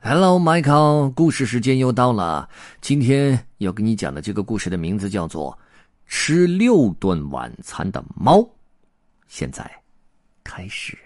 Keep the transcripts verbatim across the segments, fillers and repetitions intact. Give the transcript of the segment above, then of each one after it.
Hello, Michael， 故事时间又到了。今天要跟你讲的这个故事的名字叫做《吃六顿晚餐的猫》。现在开始。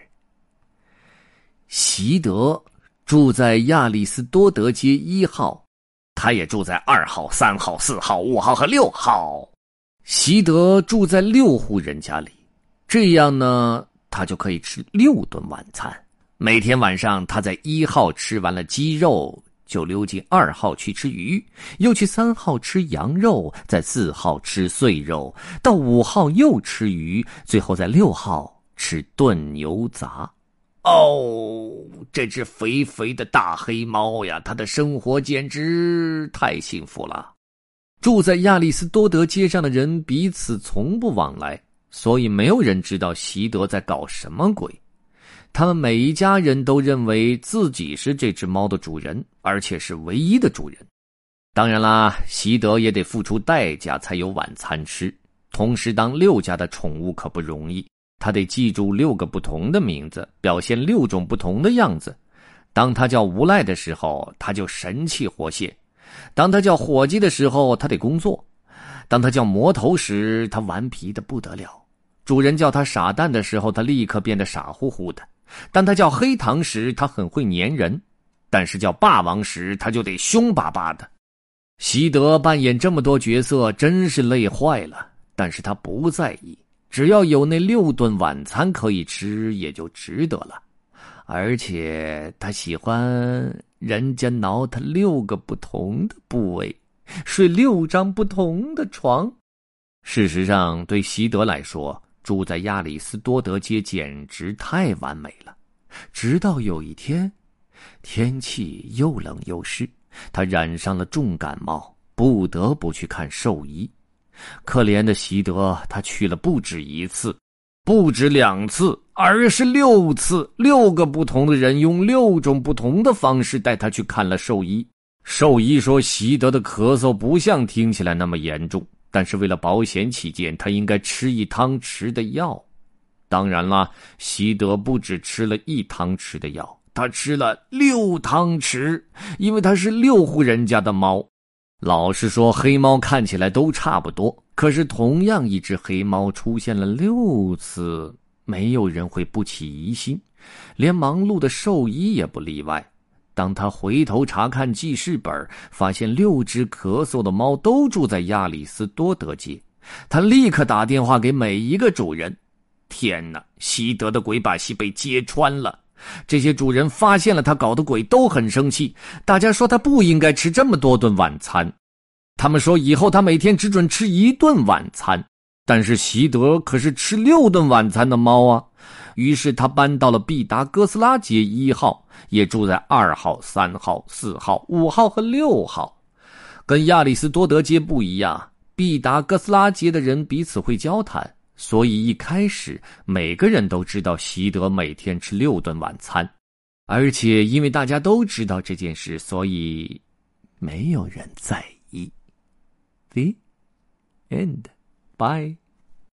席德住在亚里斯多德街一号，他也住在二号、三号、四号、五号和六号。席德住在六户人家里，这样呢，他就可以吃六顿晚餐。每天晚上他在一号吃完了鸡肉，就溜进二号去吃鱼，又去三号吃羊肉，在四号吃碎肉，到五号又吃鱼，最后在六号吃炖牛杂。哦，这只肥肥的大黑猫呀，它的生活简直太幸福了。住在亚里斯多德街上的人彼此从不往来，所以没有人知道席德在搞什么鬼。他们每一家人都认为自己是这只猫的主人，而且是唯一的主人。当然啦，席德也得付出代价才有晚餐吃。同时当六家的宠物可不容易，他得记住六个不同的名字，表现六种不同的样子。当他叫无赖的时候，他就神气活现；当他叫伙计的时候，他得工作；当他叫魔头时，他顽皮的不得了。主人叫他傻蛋的时候，他立刻变得傻乎乎的。当他叫黑糖时，他很会粘人；但是叫霸王时，他就得凶巴巴的。席德扮演这么多角色，真是累坏了，但是他不在意，只要有那六顿晚餐可以吃，也就值得了。而且他喜欢人家挠他六个不同的部位，睡六张不同的床。事实上，对席德来说，住在亚里斯多德街简直太完美了。直到有一天，天气又冷又湿，他染上了重感冒，不得不去看兽医。可怜的席德，他去了不止一次，不止两次，而是六次。六个不同的人用六种不同的方式带他去看了兽医。兽医说席德的咳嗽不像听起来那么严重，但是为了保险起见，他应该吃一汤匙的药。当然了，席德不只吃了一汤匙的药，他吃了六汤匙，因为他是六户人家的猫。老实说，黑猫看起来都差不多，可是同样一只黑猫出现了六次，没有人会不起疑心，连忙碌的兽医也不例外。当他回头查看记事本，发现六只咳嗽的猫都住在亚里斯多德街，他立刻打电话给每一个主人。天哪，席德的鬼把戏被揭穿了。这些主人发现了他搞的鬼，都很生气。大家说他不应该吃这么多顿晚餐，他们说以后他每天只准吃一顿晚餐。但是席德可是吃六顿晚餐的猫啊。于是他搬到了毕达哥斯拉街一号，也住在二号、三号、四号、五号和六号。跟亚里斯多德街不一样，毕达哥斯拉街的人彼此会交谈，所以一开始每个人都知道席德每天吃六顿晚餐。而且因为大家都知道这件事，所以没有人在意。The end. Bye.